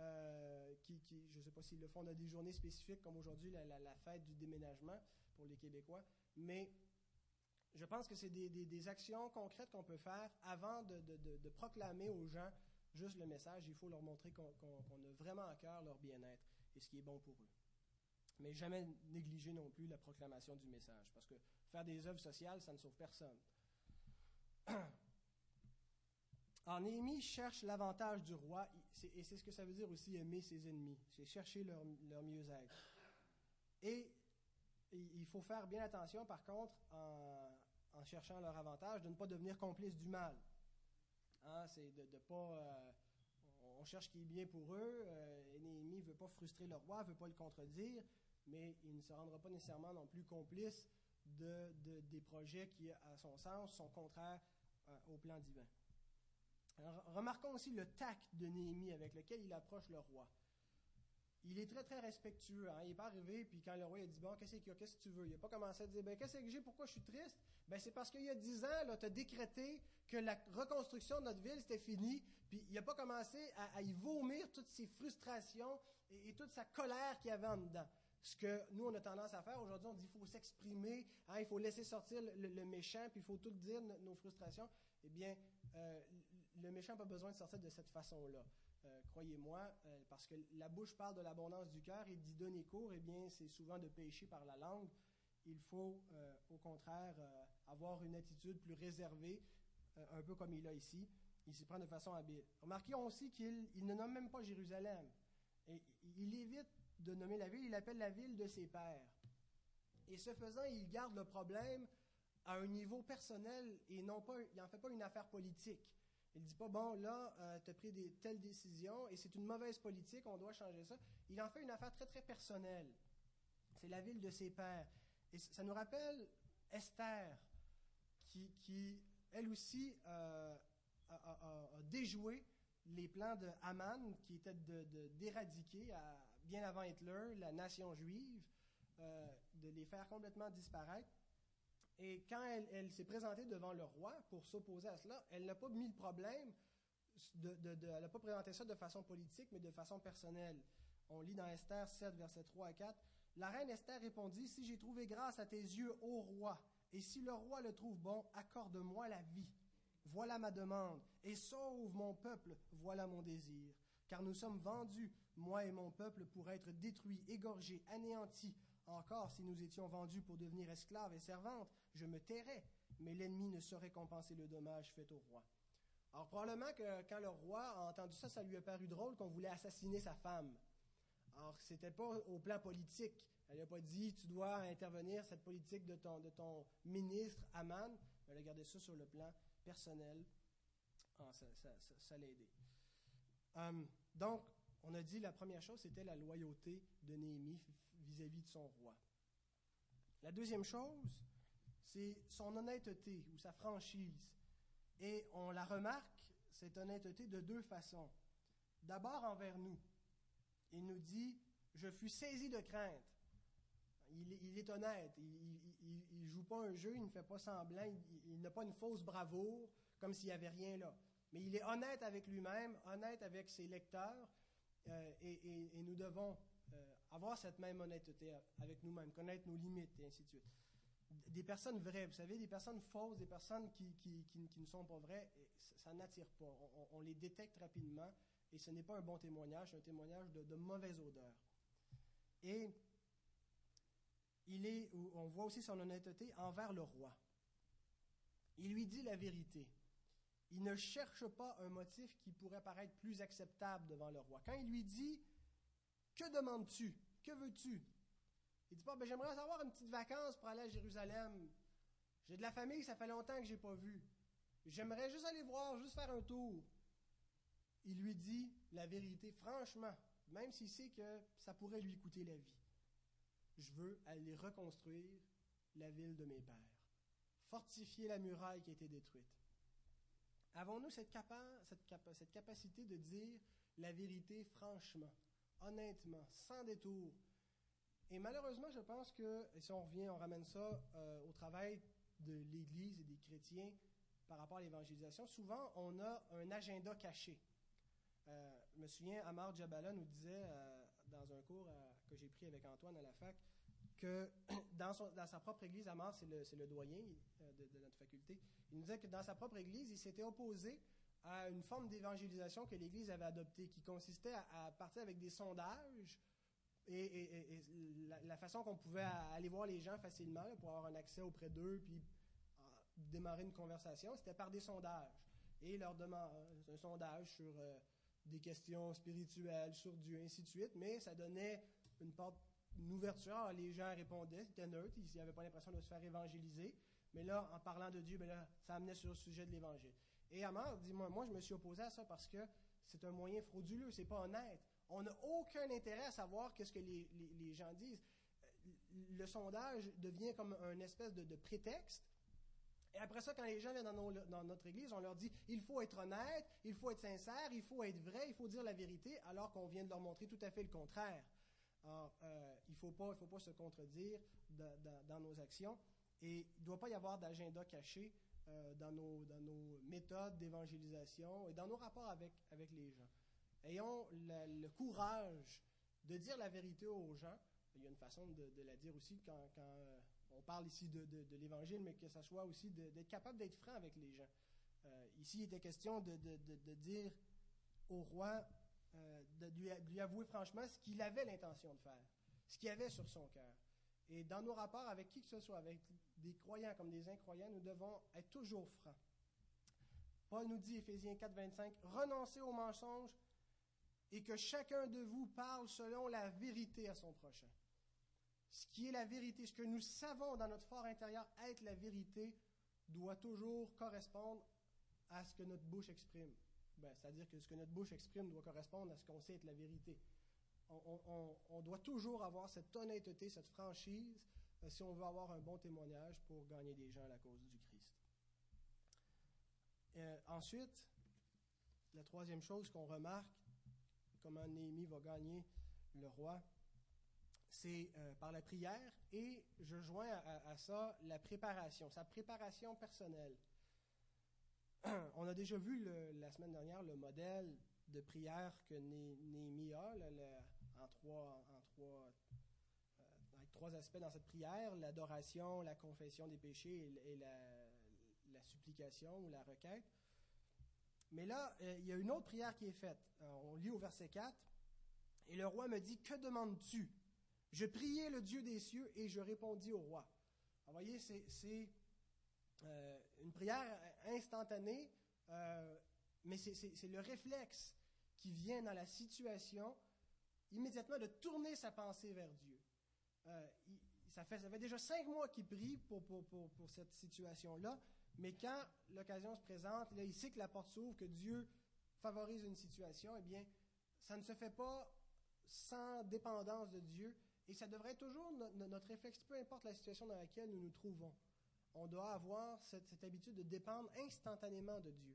je ne sais pas s'ils le font dans des journées spécifiques comme aujourd'hui la fête du déménagement pour les Québécois, mais je pense que c'est des actions concrètes qu'on peut faire avant de proclamer aux gens juste le message. Il faut leur montrer qu'on a vraiment à cœur leur bien-être et ce qui est bon pour eux. Mais jamais négliger non plus la proclamation du message, parce que faire des œuvres sociales, ça ne sauve personne. Alors, Néhémie cherche l'avantage du roi, et c'est ce que ça veut dire aussi aimer ses ennemis, c'est chercher leur mieux-être. Et il faut faire bien attention, par contre, en cherchant leur avantage, de ne pas devenir complice du mal. C'est de pas... on cherche ce qui est bien pour eux, et Néhémie ne veut pas frustrer le roi, ne veut pas le contredire, mais il ne se rendra pas nécessairement non plus complice des projets qui, à son sens, sont contraires au plan divin. Alors, remarquons aussi le tact de Néhémie avec lequel il approche le roi. Il est très, très respectueux. Il n'est pas arrivé, puis quand le roi a dit « Bon, qu'est-ce qu'il y a? Qu'est-ce que tu veux? » Il n'a pas commencé à dire « Ben, qu'est-ce que j'ai? Pourquoi je suis triste? » Ben, c'est parce qu'il y a 10 ans, tu as décrété que la reconstruction de notre ville, c'était fini, puis il n'a pas commencé à y vomir toutes ses frustrations et toute sa colère qu'il y avait en dedans. Ce que nous, on a tendance à faire aujourd'hui, on dit qu'il faut s'exprimer, il faut laisser sortir le méchant, puis il faut tout dire, nos frustrations. Eh bien, le méchant n'a pas besoin de sortir de cette façon-là. Croyez-moi, parce que la bouche parle de l'abondance du cœur et d'y donner cours, eh bien, c'est souvent de pécher par la langue. Il faut, au contraire, avoir une attitude plus réservée, un peu comme il a ici. Il s'y prend de façon habile. Remarquons aussi qu'il ne nomme même pas Jérusalem. Et il évite de nommer la ville, il appelle la ville de ses pères. Et ce faisant, il garde le problème à un niveau personnel et non pas, il n'en fait pas une affaire politique. Il ne dit pas, bon, là, tu as pris telles décisions et c'est une mauvaise politique, on doit changer ça. Il en fait une affaire très, très personnelle. C'est la ville de ses pères. Et ça nous rappelle Esther, qui elle aussi, a déjoué les plans de Haman, qui était d'éradiquer, bien avant Hitler, la nation juive, de les faire complètement disparaître. Et quand elle s'est présentée devant le roi pour s'opposer à cela, elle n'a pas mis le problème, elle n'a pas présenté ça de façon politique, mais de façon personnelle. On lit dans Esther 7, versets 3 à 4, La reine Esther répondit, « Si j'ai trouvé grâce à tes yeux, ô roi, et si le roi le trouve bon, accorde-moi la vie. Voilà ma demande, et sauve mon peuple, voilà mon désir. Car nous sommes vendus, moi et mon peuple, pour être détruits, égorgés, anéantis. Encore, si nous étions vendus pour devenir esclaves et servantes, je me tairais, mais l'ennemi ne saurait compenser le dommage fait au roi. » Alors probablement que quand le roi a entendu ça, ça lui a paru drôle qu'on voulait assassiner sa femme. Alors, c'était pas au plan politique. Elle n'a pas dit, tu dois intervenir, cette politique de ton ministre, Aman. Elle a gardé ça sur le plan personnel. Ça l'a aidé. Donc, on a dit, la première chose, c'était la loyauté de Néhémie vis-à-vis de son roi. La deuxième chose, c'est son honnêteté ou sa franchise. Et on la remarque, cette honnêteté, de deux façons. D'abord envers nous. Il nous dit, « Je fus saisi de crainte. » Il est honnête. Il ne joue pas un jeu, il ne fait pas semblant, il n'a pas une fausse bravoure, comme s'il n'y avait rien là. Mais il est honnête avec lui-même, honnête avec ses lecteurs, et nous devons avoir cette même honnêteté avec nous-mêmes, connaître nos limites, et ainsi de suite. Des personnes vraies, vous savez, des personnes fausses, des personnes qui ne sont pas vraies, ça n'attire pas. On les détecte rapidement. Et ce n'est pas un bon témoignage, c'est un témoignage de mauvaise odeur. Et on voit aussi son honnêteté envers le roi. Il lui dit la vérité. Il ne cherche pas un motif qui pourrait paraître plus acceptable devant le roi. Quand il lui dit « Que demandes-tu? Que veux-tu? » Il ne dit pas « J'aimerais avoir une petite vacance pour aller à Jérusalem. J'ai de la famille, ça fait longtemps que je n'ai pas vu. J'aimerais juste aller voir, juste faire un tour. » Il lui dit la vérité, franchement, même s'il sait que ça pourrait lui coûter la vie. Je veux aller reconstruire la ville de mes pères, fortifier la muraille qui a été détruite. Avons-nous cette capacité de dire la vérité franchement, honnêtement, sans détour? Et malheureusement, je pense que, et si on ramène ça au travail de l'Église et des chrétiens par rapport à l'évangélisation, souvent on a un agenda caché. Je me souviens, Amar Jabala nous disait dans un cours que j'ai pris avec Antoine à la fac que dans sa propre église, Amar, c'est le doyen de notre faculté, il nous disait que dans sa propre église, il s'était opposé à une forme d'évangélisation que l'église avait adoptée, qui consistait à partir avec des sondages et la façon qu'on pouvait aller voir les gens facilement là, pour avoir un accès auprès d'eux puis démarrer une conversation, c'était par des sondages. Et leur demander un sondage sur des questions spirituelles, sur Dieu, ainsi de suite, mais ça donnait une ouverture. Alors, les gens répondaient, c'était neutre, ils n'avaient pas l'impression de se faire évangéliser, mais là, en parlant de Dieu, là, ça amenait sur le sujet de l'Évangile. Et Amar dit, moi, je me suis opposé à ça parce que c'est un moyen frauduleux, c'est pas honnête. On n'a aucun intérêt à savoir qu'est-ce que les gens disent. Le sondage devient comme une espèce de prétexte. Et après ça, quand les gens viennent dans notre église, on leur dit « Il faut être honnête, il faut être sincère, il faut être vrai, il faut dire la vérité », alors qu'on vient de leur montrer tout à fait le contraire. Alors, il ne faut pas se contredire dans nos actions. Et il ne doit pas y avoir d'agenda caché dans nos méthodes d'évangélisation et dans nos rapports avec les gens. Ayons le courage de dire la vérité aux gens. Il y a une façon de la dire aussi quand on parle ici de l'Évangile, mais que ça soit aussi d'être capable d'être franc avec les gens. Ici, il était question de dire au roi, de lui avouer franchement ce qu'il avait l'intention de faire, ce qu'il avait sur son cœur. Et dans nos rapports avec qui que ce soit, avec des croyants comme des incroyants, nous devons être toujours francs. Paul nous dit, Éphésiens 4, 25, « Renoncez aux mensonges et que chacun de vous parle selon la vérité à son prochain. » Ce qui est la vérité, ce que nous savons dans notre fort intérieur être la vérité, doit toujours correspondre à ce que notre bouche exprime. C'est-à-dire que ce que notre bouche exprime doit correspondre à ce qu'on sait être la vérité. On doit toujours avoir cette honnêteté, cette franchise, si on veut avoir un bon témoignage pour gagner des gens à la cause du Christ. Ensuite, la troisième chose qu'on remarque, comment Néhémie va gagner le roi, c'est par la prière, et je joins à ça la préparation, sa préparation personnelle. On a déjà vu la semaine dernière le modèle de prière que Néhémie a en trois 3 aspects dans cette prière, l'adoration, la confession des péchés et la supplication ou la requête. Mais là, il y a une autre prière qui est faite. On lit au verset 4, « Et le roi me dit, que demandes-tu? Je priai le Dieu des cieux et je répondis au roi. » Alors, vous voyez, c'est une prière instantanée, mais c'est le réflexe qui vient dans la situation immédiatement de tourner sa pensée vers Dieu. Ça fait déjà 5 mois qu'il prie pour cette situation-là, mais quand l'occasion se présente, là, il sait que la porte s'ouvre, que Dieu favorise une situation, eh bien, ça ne se fait pas sans dépendance de Dieu, et ça devrait être toujours notre réflexe, peu importe la situation dans laquelle nous nous trouvons. On doit avoir cette habitude de dépendre instantanément de Dieu.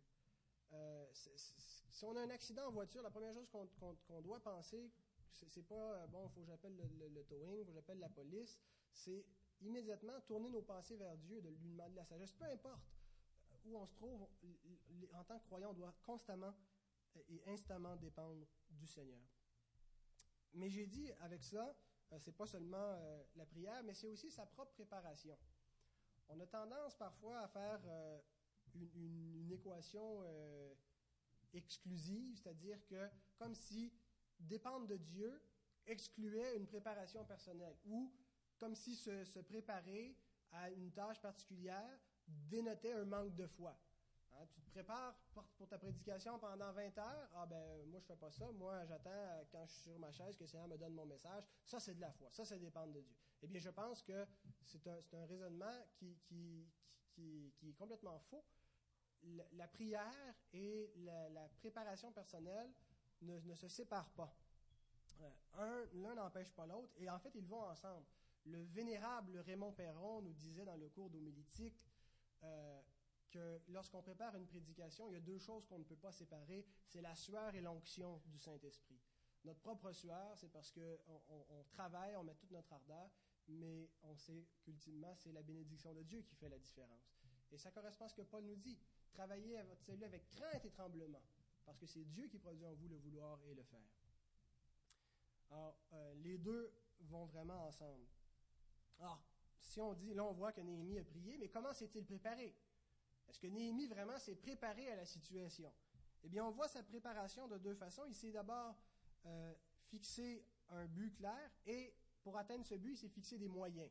Si on a un accident en voiture, la première chose qu'on doit penser, c'est pas, bon, il faut que j'appelle le towing, il faut que j'appelle la police, c'est immédiatement tourner nos pensées vers Dieu, de lui demander la sagesse. Peu importe où on se trouve, en tant que croyant, on doit constamment et instamment dépendre du Seigneur. Mais j'ai dit, avec ça, c'est pas seulement la prière, mais c'est aussi sa propre préparation. On a tendance parfois à faire une équation exclusive, c'est-à-dire que comme si dépendre de Dieu excluait une préparation personnelle, ou comme si se préparer à une tâche particulière dénotait un manque de foi. Hein, tu te prépares pour ta prédication pendant 20 heures, ah ben moi je fais pas ça, moi j'attends quand je suis sur ma chaise que le Seigneur me donne mon message, ça c'est de la foi, ça dépend de Dieu. Eh bien je pense que c'est un raisonnement qui est complètement faux. La prière et la préparation personnelle ne se séparent pas. L'un n'empêche pas l'autre, et en fait, ils vont ensemble. Le vénérable Raymond Perron nous disait dans le cours d'homilétique que lorsqu'on prépare une prédication, il y a 2 choses qu'on ne peut pas séparer, c'est la sueur et l'onction du Saint-Esprit. Notre propre sueur, c'est parce qu'on travaille, on met toute notre ardeur, mais on sait qu'ultimement, c'est la bénédiction de Dieu qui fait la différence. Et ça correspond à ce que Paul nous dit. Travaillez à votre salut avec crainte et tremblement, parce que c'est Dieu qui produit en vous le vouloir et le faire. Alors, les deux vont vraiment ensemble. Alors, si on dit, là on voit que Néhémie a prié, mais comment s'est-il préparé? Est-ce que Néhémie vraiment s'est préparé à la situation? Eh bien, on voit sa préparation de 2 façons. Il s'est d'abord fixé un but clair, et pour atteindre ce but, il s'est fixé des moyens.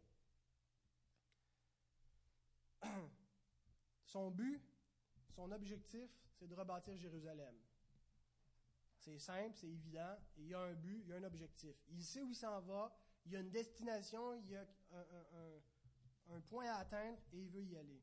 Son but, son objectif, c'est de rebâtir Jérusalem. C'est simple, c'est évident, il y a un but, il y a un objectif. Il sait où il s'en va, il y a une destination, il y a un point à atteindre, et il veut y aller.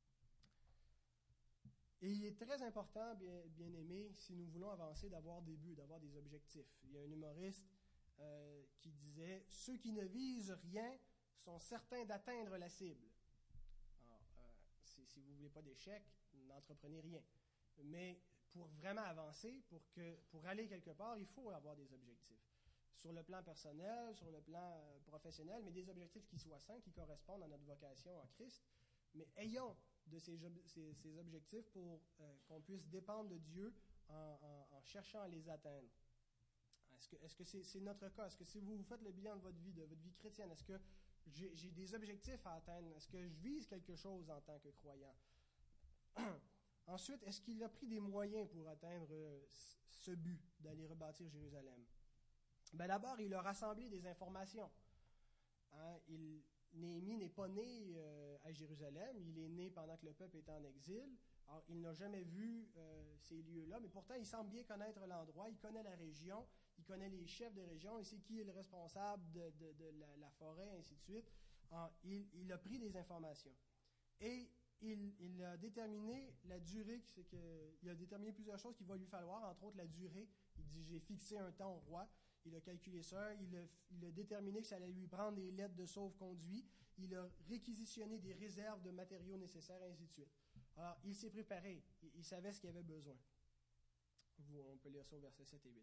Et il est très important, bien aimé, si nous voulons avancer, d'avoir des buts, d'avoir des objectifs. Il y a un humoriste qui disait « Ceux qui ne visent rien sont certains d'atteindre la cible. » Alors, si vous ne voulez pas d'échec, n'entreprenez rien. Mais pour vraiment avancer, pour aller quelque part, il faut avoir des objectifs. Sur le plan personnel, sur le plan professionnel, mais des objectifs qui soient sains, qui correspondent à notre vocation en Christ. Mais ayons de ces objectifs pour qu'on puisse dépendre de Dieu en cherchant à les atteindre. Est-ce que c'est notre cas? Est-ce que si vous faites le bilan de votre vie chrétienne, est-ce que j'ai des objectifs à atteindre? Est-ce que je vise quelque chose en tant que croyant? Ensuite, est-ce qu'il a pris des moyens pour atteindre ce but d'aller rebâtir Jérusalem? Ben d'abord, il a rassemblé des informations. Hein, Néhémie n'est pas né à Jérusalem, il est né pendant que le peuple était en exil. Alors, il n'a jamais vu ces lieux-là, mais pourtant, il semble bien connaître l'endroit, il connaît la région, il connaît les chefs de région, il sait qui est le responsable de la forêt, ainsi de suite. Alors, il a pris des informations. Et il a déterminé la durée, il a déterminé plusieurs choses qu'il va lui falloir, entre autres la durée. Il dit, j'ai fixé un temps au roi. Il a calculé ça, il a déterminé que ça allait lui prendre des lettres de sauve-conduit, il a réquisitionné des réserves de matériaux nécessaires, et ainsi de suite. Alors, il s'est préparé, il savait ce qu'il avait besoin. On peut lire ça au verset 7 et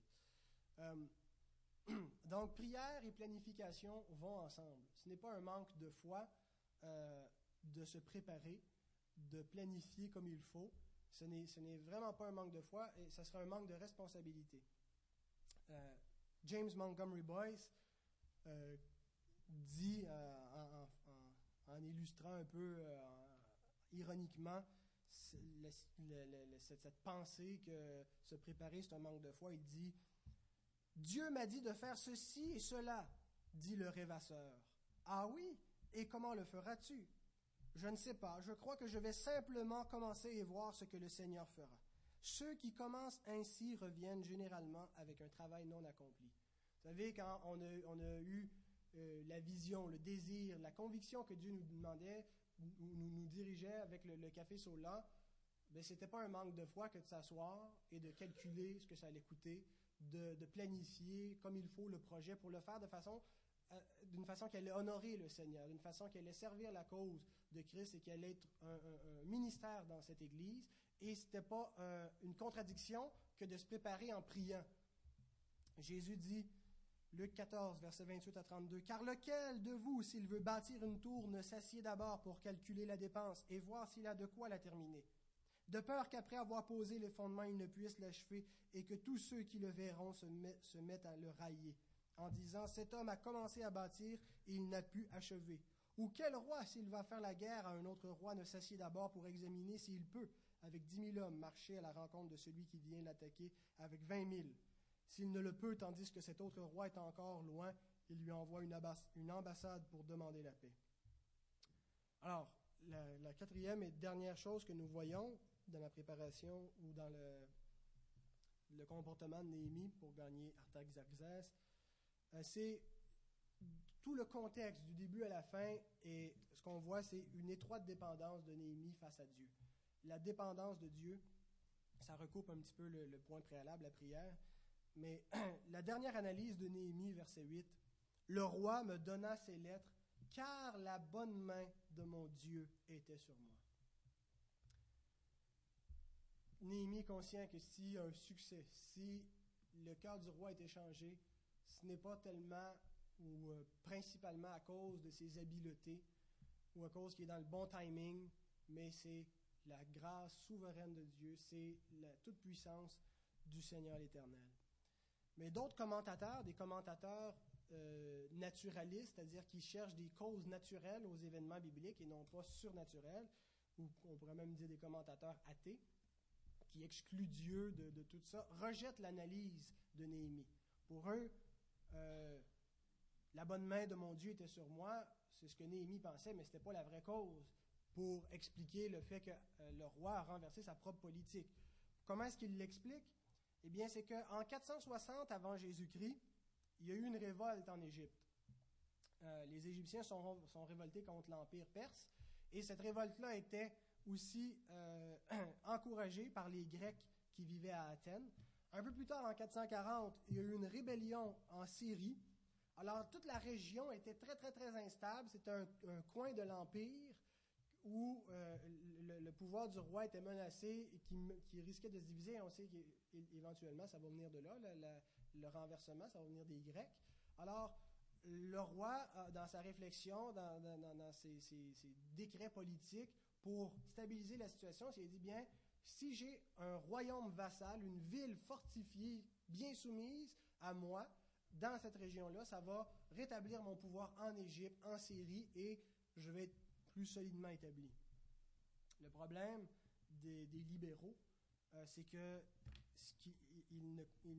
8. Donc, prière et planification vont ensemble. Ce n'est pas un manque de foi de se préparer, de planifier comme il faut. Ce n'est vraiment pas un manque de foi, et ça sera un manque de responsabilité. James Montgomery Boyce dit en illustrant un peu ironiquement cette pensée que se préparer, c'est un manque de foi. Il dit « Dieu m'a dit de faire ceci et cela, dit le rêvasseur. Ah oui, et comment le feras-tu? Je ne sais pas, je crois que je vais simplement commencer et voir ce que le Seigneur fera. Ceux qui commencent ainsi reviennent généralement avec un travail non accompli. » Vous savez, quand on a eu la vision, le désir, la conviction que Dieu nous demandait, nous dirigeait avec le café Sola, ben, ce n'était pas un manque de foi que de s'asseoir et de calculer ce que ça allait coûter, de planifier comme il faut le projet pour le faire d'une façon qui allait honorer le Seigneur, d'une façon qui allait servir la cause de Christ et qui allait être un ministère dans cette Église. Et ce n'était pas une contradiction que de se préparer en priant. Jésus dit, Luc 14, versets 28 à 32, « Car lequel de vous, s'il veut bâtir une tour, ne s'assied d'abord pour calculer la dépense et voir s'il a de quoi la terminer, de peur qu'après avoir posé les fondements, il ne puisse l'achever et que tous ceux qui le verront se mettent à le railler, en disant, cet homme a commencé à bâtir et il n'a pu achever. Ou quel roi, s'il va faire la guerre à un autre roi, ne s'assied d'abord pour examiner s'il peut, avec 10 000 hommes, marcher à la rencontre de celui qui vient l'attaquer avec 20 000. S'il ne le peut, tandis que cet autre roi est encore loin, il lui envoie une ambassade pour demander la paix. » Alors, la quatrième et dernière chose que nous voyons dans la préparation ou dans le comportement de Néhémie pour gagner Artaxerxès, c'est tout le contexte du début à la fin, et ce qu'on voit, c'est une étroite dépendance de Néhémie face à Dieu. La dépendance de Dieu, ça recoupe un petit peu le point préalable, la prière, mais la dernière analyse de Néhémie, verset 8, « Le roi me donna ses lettres, car la bonne main de mon Dieu était sur moi. » Néhémie est conscient que s'il y a un succès, si le cœur du roi est changé, ce n'est pas tellement ou principalement à cause de ses habiletés ou à cause qu'il est dans le bon timing, mais c'est la grâce souveraine de Dieu, c'est la toute-puissance du Seigneur l'Éternel. Mais d'autres commentateurs, des commentateurs naturalistes, c'est-à-dire qui cherchent des causes naturelles aux événements bibliques et non pas surnaturelles, ou on pourrait même dire des commentateurs athées, qui excluent Dieu de tout ça, rejettent l'analyse de Néhémie. Pour eux, la bonne main de mon Dieu était sur moi, c'est ce que Néhémie pensait, mais ce n'était pas la vraie cause pour expliquer le fait que le roi a renversé sa propre politique. Comment est-ce qu'il l'explique? Eh bien, c'est qu'en 460 avant Jésus-Christ, il y a eu une révolte en Égypte. Les Égyptiens sont révoltés contre l'Empire perse, et cette révolte-là était aussi encouragée par les Grecs qui vivaient à Athènes. Un peu plus tard, en 440, il y a eu une rébellion en Syrie. Alors, toute la région était très, très, très instable. C'était un coin de l'Empire où le pouvoir du roi était menacé et qui risquait de se diviser. On sait qu'éventuellement, ça va venir de là, le renversement, ça va venir des Grecs. Alors, le roi, dans sa réflexion, dans ses décrets politiques, pour stabiliser la situation, il s'est dit, bien, si j'ai un royaume vassal, une ville fortifiée, bien soumise à moi, dans cette région-là, ça va rétablir mon pouvoir en Égypte, en Syrie, et je vais être plus solidement établi. Le problème des libéraux, c'est qu'ils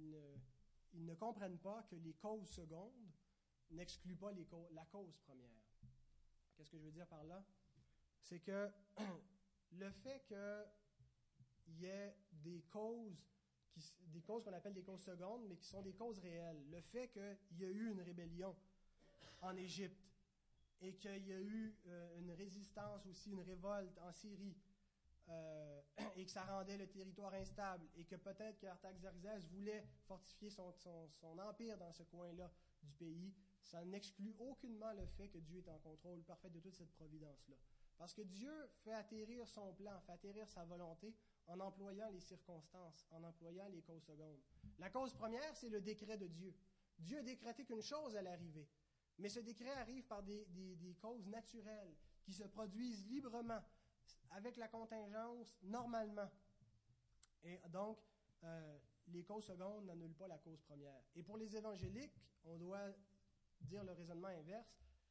ne comprennent pas que les causes secondes n'excluent pas la cause première. Qu'est-ce que je veux dire par là? C'est que le fait qu'il y ait des causes qu'on appelle des causes secondes, mais qui sont des causes réelles. Le fait qu'il y a eu une rébellion en Égypte et qu'il y a eu une résistance aussi, une révolte en Syrie, et que ça rendait le territoire instable, et que peut-être qu'Artaxerxès voulait fortifier son empire dans ce coin-là du pays, ça n'exclut aucunement le fait que Dieu est en contrôle parfait de toute cette providence-là. Parce que Dieu fait atterrir son plan, fait atterrir sa volonté en employant les circonstances, en employant les causes secondes. La cause première, c'est le décret de Dieu. Dieu a décrété qu'une chose allait arriver, mais ce décret arrive par des causes naturelles qui se produisent librement, avec la contingence, normalement. Et donc, les causes secondes n'annulent pas la cause première. Et pour les évangéliques, on doit dire le raisonnement inverse.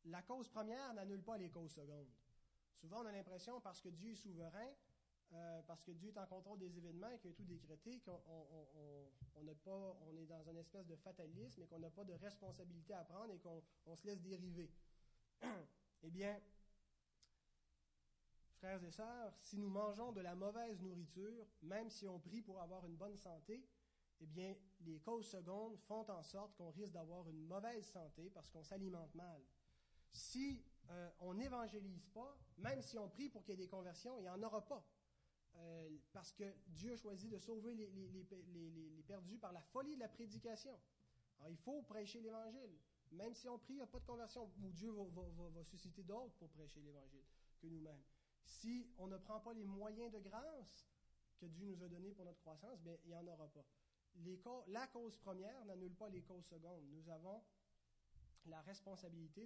la cause première n'annule pas les causes secondes. Souvent, on a l'impression, parce que Dieu est souverain, parce que Dieu est en contrôle des événements et qu'il a tout décrété, qu'on est dans une espèce de fatalisme et qu'on n'a pas de responsabilité à prendre et qu'on se laisse dériver. Eh bien, frères et sœurs, si nous mangeons de la mauvaise nourriture, même si on prie pour avoir une bonne santé, eh bien, les causes secondes font en sorte qu'on risque d'avoir une mauvaise santé parce qu'on s'alimente mal. Si on n'évangélise pas, même si on prie pour qu'il y ait des conversions, il n'y en aura pas. Parce que Dieu a choisi de sauver les perdus par la folie de la prédication. Alors, il faut prêcher l'Évangile. Même si on prie, il n'y a pas de conversion, où Dieu va susciter d'autres pour prêcher l'Évangile que nous-mêmes. Si on ne prend pas les moyens de grâce que Dieu nous a donnés pour notre croissance, bien, il n'y en aura pas. La cause première n'annule pas les causes secondes. Nous avons la responsabilité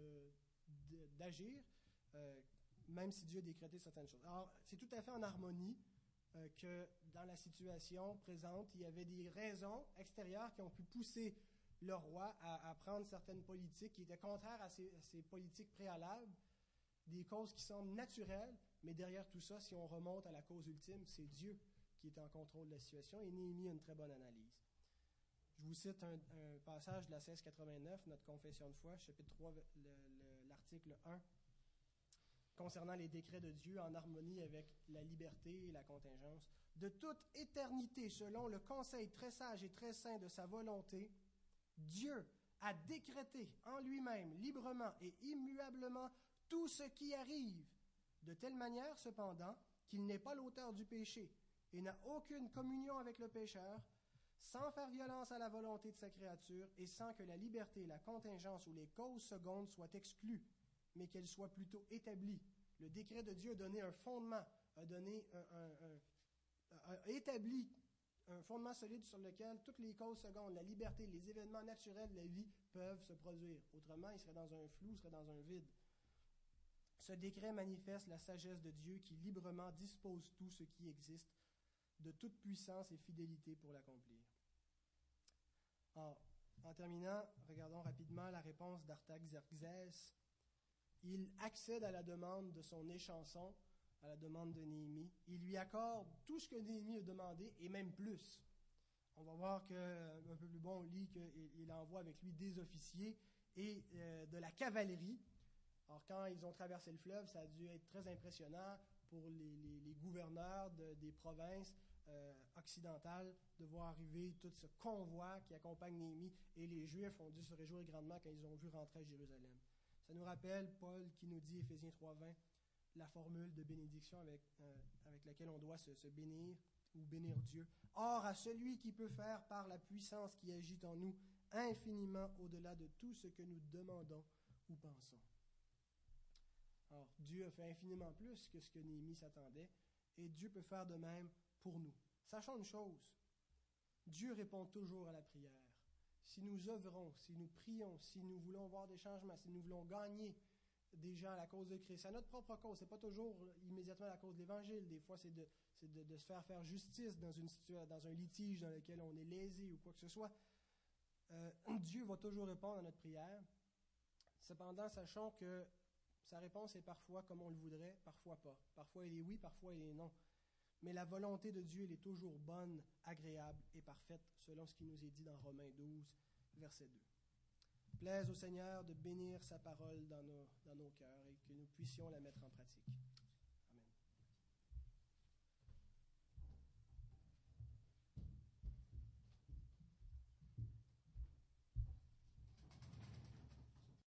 d'agir, même si Dieu a décrété certaines choses. Alors, c'est tout à fait en harmonie que dans la situation présente, il y avait des raisons extérieures qui ont pu pousser le roi à prendre certaines politiques qui étaient contraires à ces politiques préalables, des causes qui semblent naturelles, mais derrière tout ça, si on remonte à la cause ultime, c'est Dieu qui est en contrôle de la situation, et Néhémie a une très bonne analyse. Je vous cite un passage de la 1689, notre confession de foi, chapitre 3, l'article 1, concernant les décrets de Dieu en harmonie avec la liberté et la contingence. « De toute éternité, selon le conseil très sage et très saint de sa volonté, Dieu a décrété en lui-même, librement et immuablement, tout ce qui arrive, de telle manière, cependant, qu'il n'est pas l'auteur du péché et n'a aucune communion avec le pécheur, sans faire violence à la volonté de sa créature et sans que la liberté, la contingence ou les causes secondes soient exclues, mais qu'elles soient plutôt établies. » Le décret de Dieu a donné un fondement, a établi un fondement solide sur lequel toutes les causes secondes, la liberté, les événements naturels de la vie peuvent se produire. Autrement, il serait dans un flou, il serait dans un vide. Ce décret manifeste la sagesse de Dieu qui librement dispose tout ce qui existe, de toute puissance et fidélité pour l'accomplir. En terminant, regardons rapidement la réponse d'Artaxerxès. Il accède à la demande de son échanson, à la demande de Néhémie. Il lui accorde tout ce que Néhémie a demandé et même plus. On va voir qu'un peu plus bas, on lit qu'il envoie avec lui des officiers et de la cavalerie. Alors, quand ils ont traversé le fleuve, ça a dû être très impressionnant pour les gouverneurs des provinces occidentales de voir arriver tout ce convoi qui accompagne Néhémie. Et les Juifs ont dû se réjouir grandement quand ils ont vu rentrer à Jérusalem. Ça nous rappelle Paul qui nous dit, Éphésiens 3:20, la formule de bénédiction avec laquelle on doit se bénir ou bénir Dieu. Or, à celui qui peut faire par la puissance qui agit en nous infiniment au-delà de tout ce que nous demandons ou pensons. Alors, Dieu a fait infiniment plus que ce que Néhémie s'attendait, et Dieu peut faire de même pour nous. Sachons une chose, Dieu répond toujours à la prière. Si nous œuvrons, si nous prions, si nous voulons voir des changements, si nous voulons gagner des gens à la cause de Christ, à notre propre cause, c'est pas toujours immédiatement la cause de l'Évangile. Des fois, c'est de se faire justice dans un litige dans lequel on est lésé ou quoi que ce soit. Dieu va toujours répondre à notre prière. Cependant, sachons que sa réponse est parfois comme on le voudrait, parfois pas. Parfois, il est oui, parfois, il est non. Mais la volonté de Dieu, elle est toujours bonne, agréable et parfaite, selon ce qui nous est dit dans Romains 12, verset 2. Plaise au Seigneur de bénir sa parole dans nos cœurs et que nous puissions la mettre en pratique.